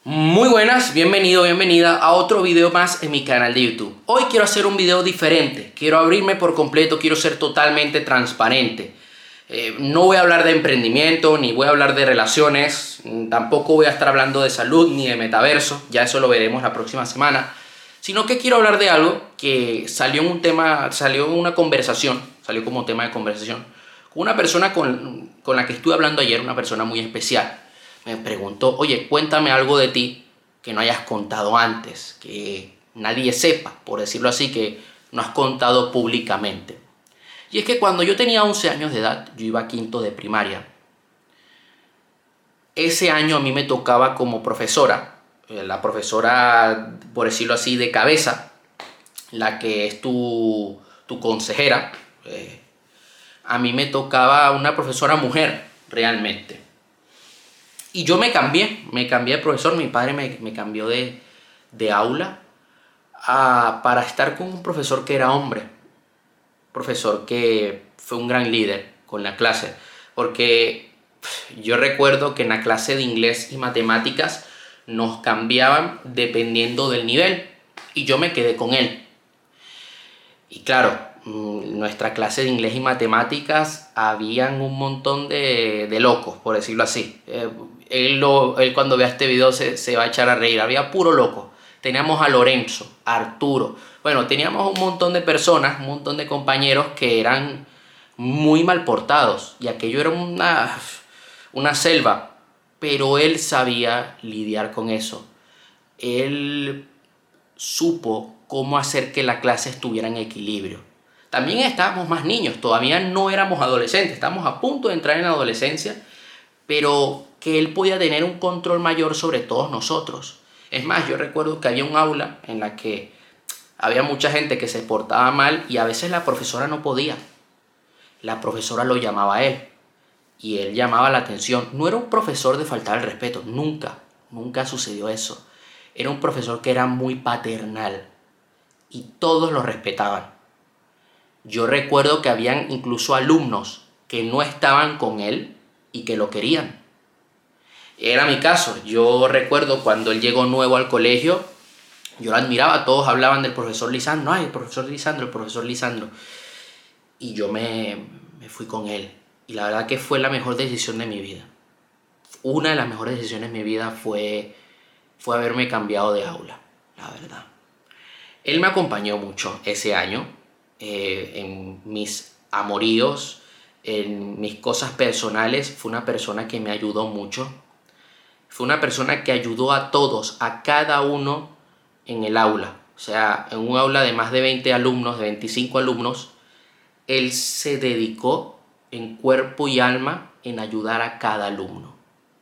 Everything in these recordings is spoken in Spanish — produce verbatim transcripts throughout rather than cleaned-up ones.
Muy buenas, bienvenido, bienvenida a otro video más en mi canal de YouTube. Hoy quiero hacer un video diferente, quiero abrirme por completo, quiero ser totalmente transparente. Eh, no voy a hablar de emprendimiento, ni voy a hablar de relaciones, tampoco voy a estar hablando de salud ni de metaverso, ya eso lo veremos la próxima semana. Sino que quiero hablar de algo que salió en un tema, salió en una conversación, salió como tema de conversación, con una persona con, con la que estuve hablando ayer, una persona muy especial. Me preguntó, oye, cuéntame algo de ti que no hayas contado antes, que nadie sepa, por decirlo así, que no has contado públicamente. Y es que cuando yo tenía once años de edad, yo iba a quinto de primaria. Ese año a mí me tocaba como profesora, la profesora, por decirlo así, de cabeza, la que es tu, tu consejera. Eh, a mí me tocaba una profesora mujer, realmente. Y yo me cambié, me cambié de profesor, mi padre me, me cambió de, de aula a, para estar con un profesor que era hombre. Profesor que fue un gran líder con la clase. Porque yo recuerdo que en la clase de inglés y matemáticas nos cambiaban dependiendo del nivel. Y yo me quedé con él. Y claro, nuestra clase de inglés y matemáticas habían un montón de, de locos, por decirlo así. Eh, él, lo, él cuando vea este video se, se va a echar a reír. Había puro loco. Teníamos a Lorenzo, a Arturo. Bueno, teníamos un montón de personas, un montón de compañeros que eran muy mal portados. Y aquello era una, una selva. Pero él sabía lidiar con eso. Él supo cómo hacer que la clase estuviera en equilibrio. También estábamos más niños, todavía no éramos adolescentes, estábamos a punto de entrar en la adolescencia, pero que él podía tener un control mayor sobre todos nosotros. Es más, yo recuerdo que había un aula en la que había mucha gente que se portaba mal y a veces la profesora no podía. La profesora lo llamaba a él y él llamaba la atención. No era un profesor de faltar el respeto, nunca, nunca sucedió eso. Era un profesor que era muy paternal y todos lo respetaban. Yo recuerdo que habían incluso alumnos que no estaban con él y que lo querían. Era mi caso. Yo recuerdo cuando él llegó nuevo al colegio, yo lo admiraba, todos hablaban del profesor Lisandro, ay, el profesor Lisandro, el profesor Lisandro. Y yo me, me fui con él. Y la verdad que fue la mejor decisión de mi vida. Una de las mejores decisiones de mi vida fue, fue haberme cambiado de aula, la verdad. Él me acompañó mucho ese año. Eh, en mis amoríos, en mis cosas personales, fue una persona que me ayudó mucho. Fue una persona que ayudó a todos, a cada uno en el aula. O sea, en un aula de más de veinte alumnos, de veinticinco alumnos, él se dedicó en cuerpo y alma en ayudar a cada alumno.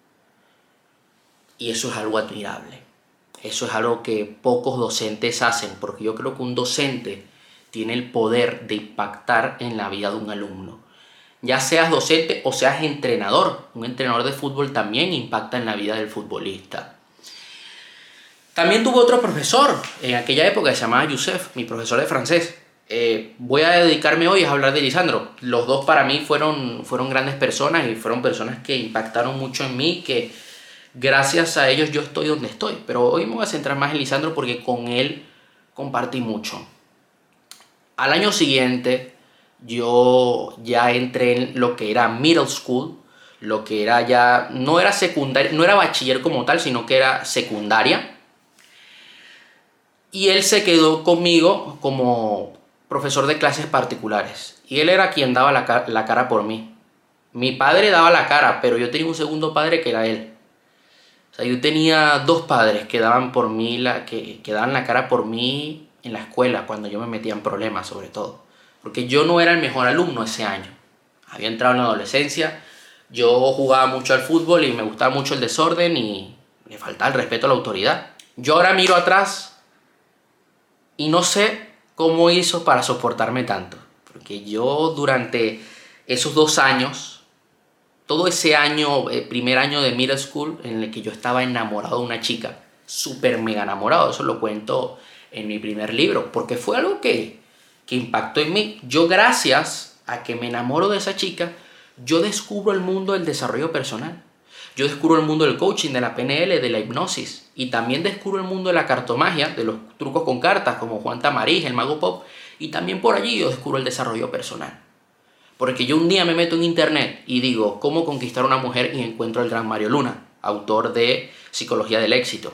Y eso es algo admirable. Eso es algo que pocos docentes hacen, porque yo creo que un docente tiene el poder de impactar en la vida de un alumno. Ya seas docente o seas entrenador. Un entrenador de fútbol también impacta en la vida del futbolista. También tuve otro profesor en aquella época que se llamaba Youssef, mi profesor de francés. Eh, voy a dedicarme hoy a hablar de Lisandro. Los dos para mí fueron, fueron grandes personas y fueron personas que impactaron mucho en mí, que gracias a ellos yo estoy donde estoy. Pero hoy me voy a centrar más en Lisandro porque con él compartí mucho. Al año siguiente yo ya entré en lo que era middle school, lo que era ya, no era secundaria, no era bachiller como tal, sino que era secundaria. Y él se quedó conmigo como profesor de clases particulares. Y él era quien daba la, la cara por mí. Mi padre daba la cara, pero yo tenía un segundo padre que era él. O sea, yo tenía dos padres que daban por mí, la, que, que daban la cara por mí en la escuela, cuando yo me metía en problemas, sobre todo. Porque yo no era el mejor alumno ese año. Había entrado en la adolescencia, yo jugaba mucho al fútbol y me gustaba mucho el desorden y me faltaba el respeto a la autoridad. Yo ahora miro atrás y no sé cómo hizo para soportarme tanto. Porque yo durante esos dos años, todo ese año, el primer año de middle school, en el que yo estaba enamorado de una chica, súper mega enamorado, eso lo cuento en mi primer libro, porque fue algo que, que impactó en mí. Yo, gracias a que me enamoro de esa chica, yo descubro el mundo del desarrollo personal. Yo descubro el mundo del coaching, de la P N L, de la hipnosis. Y también descubro el mundo de la cartomagia, de los trucos con cartas, como Juan Tamariz, el Mago Pop. Y también por allí yo descubro el desarrollo personal. Porque yo un día me meto en internet y digo, ¿cómo conquistar a una mujer? Y encuentro al gran Mario Luna, autor de Psicología del Éxito.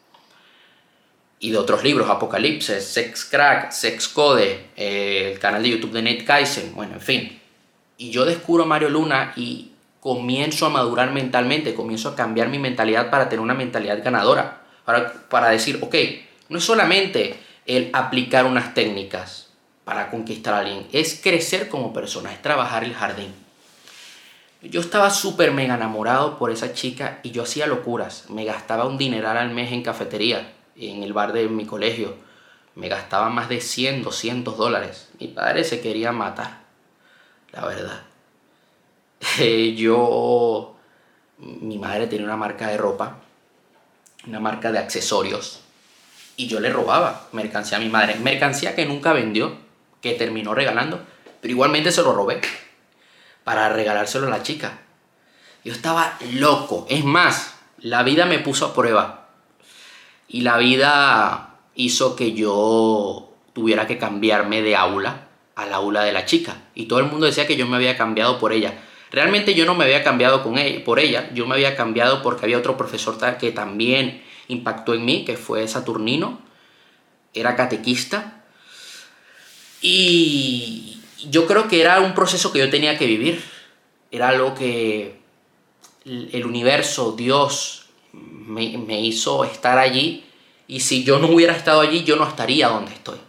Y de otros libros, Apocalipsis, Sex Crack, Sex Code, eh, el canal de YouTube de Nate Kaizen, bueno, en fin. Y yo descubro a Mario Luna y comienzo a madurar mentalmente, comienzo a cambiar mi mentalidad para tener una mentalidad ganadora. Para, para decir, ok, no es solamente el aplicar unas técnicas para conquistar a alguien, es crecer como persona, es trabajar el jardín. Yo estaba súper mega enamorado por esa chica y yo hacía locuras. Me gastaba un dineral al mes en cafetería, en el bar de mi colegio. Me gastaba más de cien, doscientos dólares. Mi padre se quería matar, la verdad. Eh, yo, mi madre tenía una marca de ropa, una marca de accesorios, y yo le robaba mercancía a mi madre. Mercancía que nunca vendió, que terminó regalando, pero igualmente se lo robé para regalárselo a la chica. Yo estaba loco. Es más, la vida me puso a prueba. Y la vida hizo que yo tuviera que cambiarme de aula al aula de la chica. Y todo el mundo decía que yo me había cambiado por ella. Realmente yo no me había cambiado con ella, por ella. Yo me había cambiado porque había otro profesor que también impactó en mí, que fue Saturnino. Era catequista. Y yo creo que era un proceso que yo tenía que vivir. Era algo que el universo, Dios, me, me hizo estar allí. Y si yo no hubiera estado allí, yo no estaría donde estoy.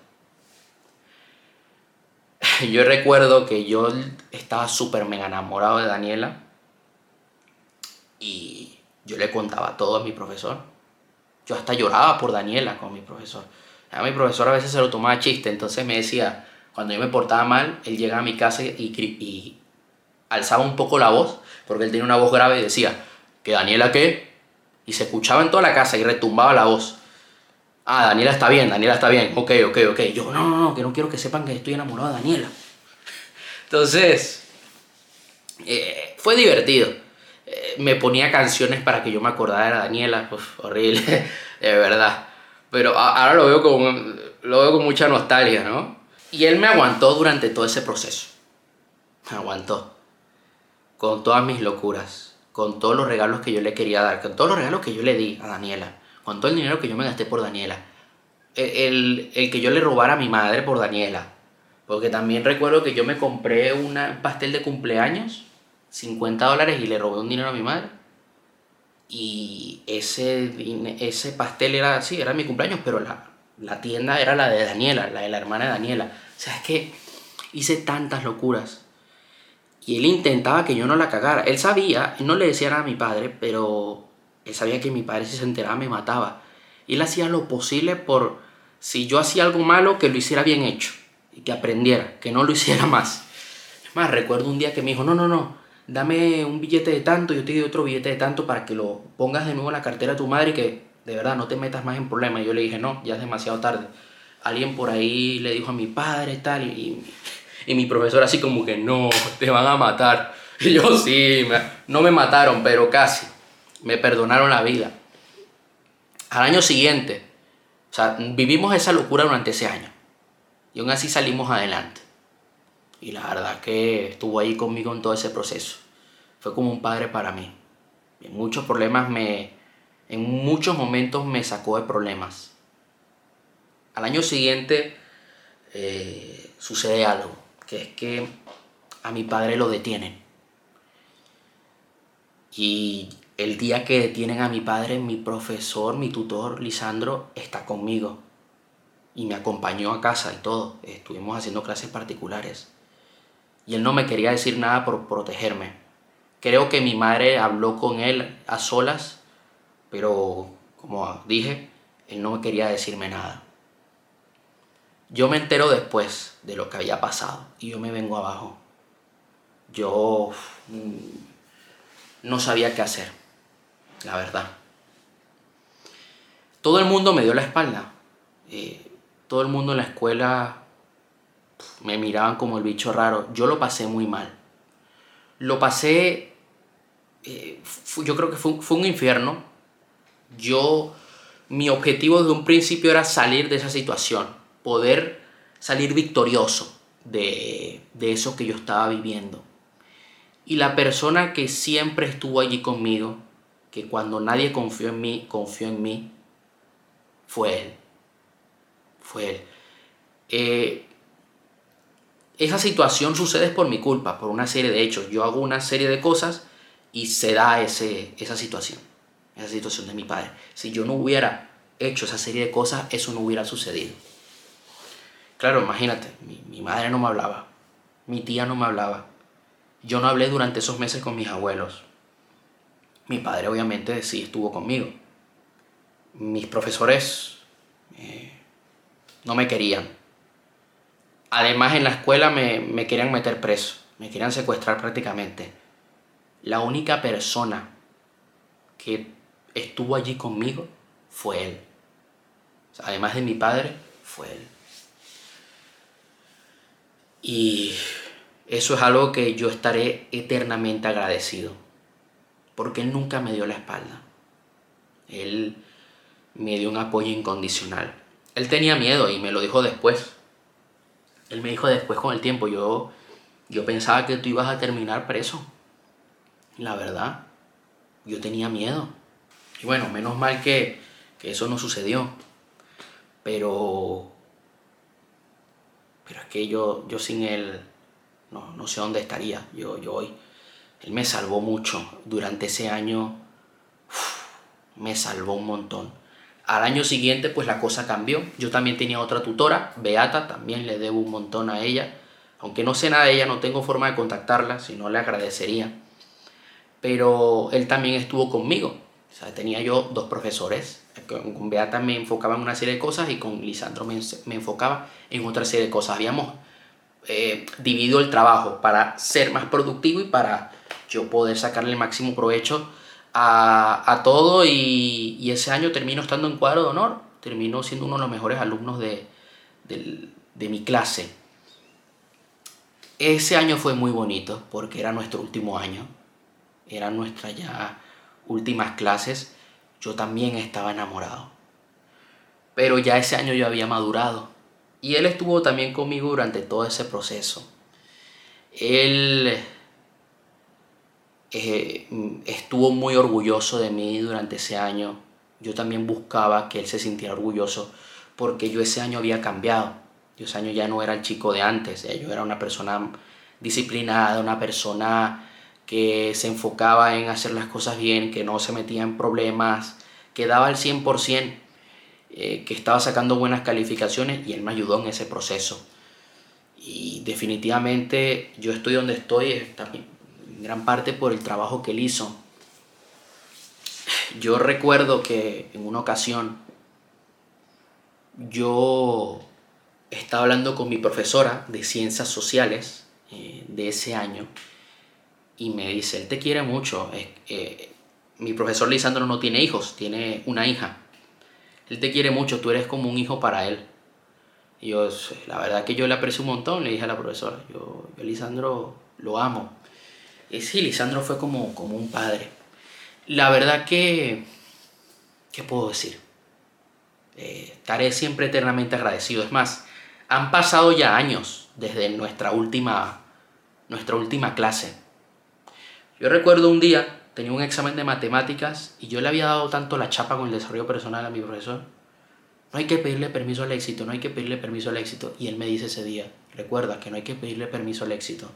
Yo recuerdo que yo estaba súper mega enamorado de Daniela. Y yo le contaba todo a mi profesor. Yo hasta lloraba por Daniela con mi profesor. A mi profesor a veces se lo tomaba chiste, entonces me decía, cuando yo me portaba mal, él llegaba a mi casa y, y alzaba un poco la voz, porque él tenía una voz grave y decía, ¿que Daniela qué? Y se escuchaba en toda la casa y retumbaba la voz. Ah, Daniela está bien, Daniela está bien, ok, ok, ok. Yo, no, no, no, que no quiero que sepan que estoy enamorado de Daniela. Entonces, eh, fue divertido. Eh, me ponía canciones para que yo me acordara de Daniela, uf, horrible, de verdad. Pero ahora lo veo con, lo veo con mucha nostalgia, ¿no? Y él me aguantó durante todo ese proceso. Me aguantó. Con todas mis locuras. Con todos los regalos que yo le quería dar. Con todos los regalos que yo le di a Daniela. Con todo el dinero que yo me gasté por Daniela. El, el, el que yo le robara a mi madre por Daniela. Porque también recuerdo que yo me compré una, un pastel de cumpleaños. cincuenta dólares y le robé un dinero a mi madre. Y ese, ese pastel era, sí, era mi cumpleaños, pero la, la tienda era la de Daniela, la de la hermana de Daniela. O sea, es que hice tantas locuras. Y él intentaba que yo no la cagara. Él sabía, no le decía nada a mi padre, pero él sabía que mi padre si se enteraba me mataba. Y él hacía lo posible por, si yo hacía algo malo, que lo hiciera bien hecho. Y que aprendiera, que no lo hiciera más. Es más, recuerdo un día que me dijo, no, no, no. Dame un billete de tanto, yo te doy otro billete de tanto para que lo pongas de nuevo en la cartera de tu madre y que de verdad no te metas más en problemas. Y yo le dije, no, ya es demasiado tarde. Alguien por ahí le dijo a mi padre tal y, y, y mi profesor así como que no, te van a matar. Y yo sí, me, no me mataron, pero casi. Me perdonaron la vida. Al año siguiente, o sea, vivimos esa locura durante ese año. Y aún así salimos adelante. Y la verdad que estuvo ahí conmigo en todo ese proceso. Fue como un padre para mí. En muchos problemas me... En muchos momentos me sacó de problemas. Al año siguiente eh, sucede algo. Que es que a mi padre lo detienen. Y el día que detienen a mi padre, mi profesor, mi tutor, Lisandro, está conmigo. Y me acompañó a casa y todo. Estuvimos haciendo clases particulares. Y él no me quería decir nada por protegerme. Creo que mi madre habló con él a solas, pero como dije, él no me quería decirme nada. Yo me entero después de lo que había pasado y yo me vengo abajo. Yo no sabía qué hacer, la verdad. Todo el mundo me dio la espalda. Eh, todo el mundo en la escuela me miraban como el bicho raro. Yo lo pasé muy mal. Lo pasé eh, fu- yo creo que fue, fue un infierno. Yo, mi objetivo desde un principio era salir de esa situación, poder salir victorioso de, de eso que yo estaba viviendo. Y la persona que siempre estuvo allí conmigo, que cuando nadie confió en mí, confió en mí, fue él. Fue él. Eh, esa situación sucede por mi culpa, por una serie de hechos. Yo hago una serie de cosas y se da ese, esa situación, esa situación de mi padre. Si yo no hubiera hecho esa serie de cosas, eso no hubiera sucedido. Claro, imagínate, mi, mi madre no me hablaba, mi tía no me hablaba. Yo no hablé durante esos meses con mis abuelos. Mi padre obviamente sí estuvo conmigo. Mis profesores eh, no me querían. Además en la escuela me, me querían meter preso, me querían secuestrar prácticamente. La única persona que estuvo allí conmigo fue él. O sea, además de mi padre, fue él. Y eso es algo que yo estaré eternamente agradecido, porque él nunca me dio la espalda. Él me dio un apoyo incondicional. Él tenía miedo y me lo dijo después. Él me dijo después con el tiempo, yo, yo pensaba que tú ibas a terminar preso. La verdad, yo tenía miedo. Y bueno, menos mal que, que eso no sucedió. Pero, pero es que yo, yo sin él no, no sé dónde estaría. Yo, yo hoy, él me salvó mucho. Durante ese año uf, me salvó un montón. Al año siguiente pues la cosa cambió. Yo también tenía otra tutora, Beata, también le debo un montón a ella. Aunque no sé nada de ella, no tengo forma de contactarla, si no le agradecería. Pero él también estuvo conmigo. O sea, tenía yo dos profesores. Con Beata me enfocaba en una serie de cosas y con Lisandro me, me enfocaba en otra serie de cosas. Habíamos eh, dividido el trabajo para ser más productivo y para yo poder sacarle el máximo provecho a, a todo. Y, y ese año termino estando en cuadro de honor. Termino siendo uno de los mejores alumnos de, de, de mi clase. Ese año fue muy bonito porque era nuestro último año. Eran nuestras ya últimas clases. Yo también estaba enamorado. Pero ya ese año yo había madurado. Y él estuvo también conmigo durante todo ese proceso. Él eh, estuvo muy orgulloso de mí durante ese año. Yo también buscaba que él se sintiera orgulloso porque yo ese año había cambiado. Yo ese año ya no era el chico de antes. Ya yo era una persona disciplinada, una persona que se enfocaba en hacer las cosas bien, que no se metía en problemas, que daba el cien por ciento, eh, que estaba sacando buenas calificaciones y él me ayudó en ese proceso. Y definitivamente yo estoy donde estoy es también en gran parte por el trabajo que él hizo. Yo recuerdo que en una ocasión yo estaba hablando con mi profesora de ciencias sociales eh, de ese año y me dice, él te quiere mucho. Eh, eh, mi profesor Lisandro no tiene hijos, tiene una hija. Él te quiere mucho, tú eres como un hijo para él. Y yo, la verdad que yo le aprecio un montón, le dije a la profesora. Yo, yo a Lisandro lo amo. Y sí, Lisandro fue como, como un padre. La verdad que, ¿qué puedo decir? Eh, estaré siempre eternamente agradecido. Es más, han pasado ya años desde nuestra última, nuestra última clase. Yo recuerdo un día, tenía un examen de matemáticas y yo le había dado tanto la chapa con el desarrollo personal a mi profesor. No hay que pedirle permiso al éxito, no hay que pedirle permiso al éxito. Y él me dice ese día, recuerda que no hay que pedirle permiso al éxito.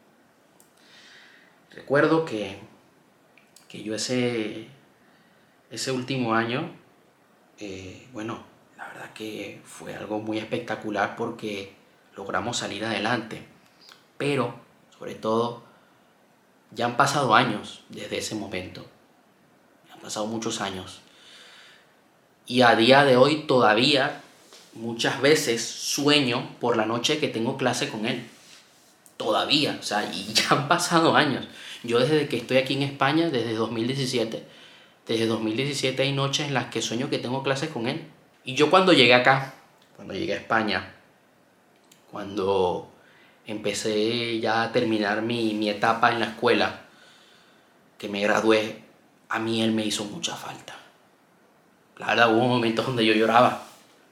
Recuerdo que, que yo ese, ese último año, eh, bueno, la verdad que fue algo muy espectacular porque logramos salir adelante. Pero, sobre todo, ya han pasado años desde ese momento. Ya han pasado muchos años. Y a día de hoy todavía muchas veces sueño por la noche que tengo clase con él. Todavía, o sea, y ya han pasado años. Yo desde que estoy aquí en España, desde dos mil diecisiete, desde dos mil diecisiete hay noches en las que sueño que tengo clases con él. Y yo cuando llegué acá, cuando llegué a España, cuando empecé ya a terminar mi, mi etapa en la escuela, que me gradué, a mí él me hizo mucha falta. La verdad, hubo momentos donde yo lloraba.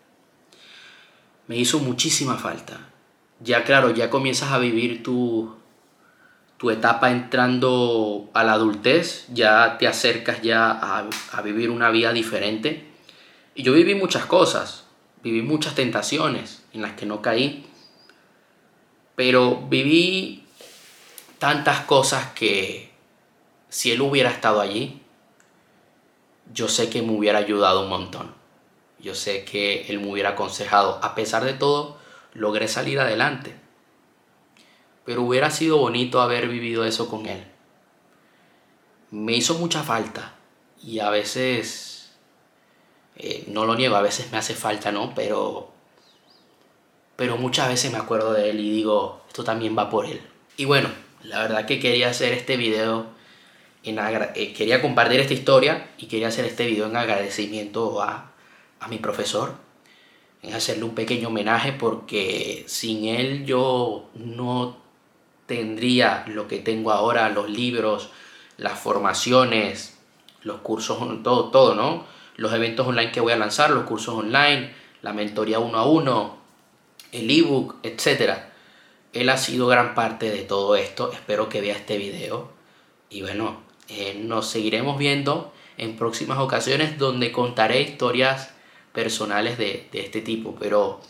Me hizo muchísima falta. Ya claro, ya comienzas a vivir tu, tu etapa entrando a la adultez, ya te acercas ya a, a vivir una vida diferente. Y yo viví muchas cosas, viví muchas tentaciones en las que no caí, pero viví tantas cosas que si él hubiera estado allí, yo sé que me hubiera ayudado un montón. Yo sé que él me hubiera aconsejado. A pesar de todo, logré salir adelante. Pero hubiera sido bonito haber vivido eso con él. Me hizo mucha falta. Y a veces, eh, no lo niego, a veces me hace falta, ¿no? Pero, pero muchas veces me acuerdo de él y digo, esto también va por él. Y bueno, la verdad que quería hacer este video, en agra- eh, quería compartir esta historia y quería hacer este video en agradecimiento a, a mi profesor. En hacerle un pequeño homenaje porque sin él yo no tendría lo que tengo ahora, los libros, las formaciones, los cursos, todo, todo, ¿no? Los eventos online que voy a lanzar, los cursos online, la mentoría uno a uno, el ebook, etcétera. Él ha sido gran parte de todo esto. Espero que vea este video. Y bueno, eh, nos seguiremos viendo en próximas ocasiones donde contaré historias personales de, de este tipo. Pero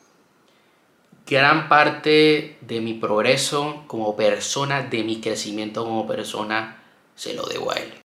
gran parte de mi progreso como persona, de mi crecimiento como persona, se lo debo a él.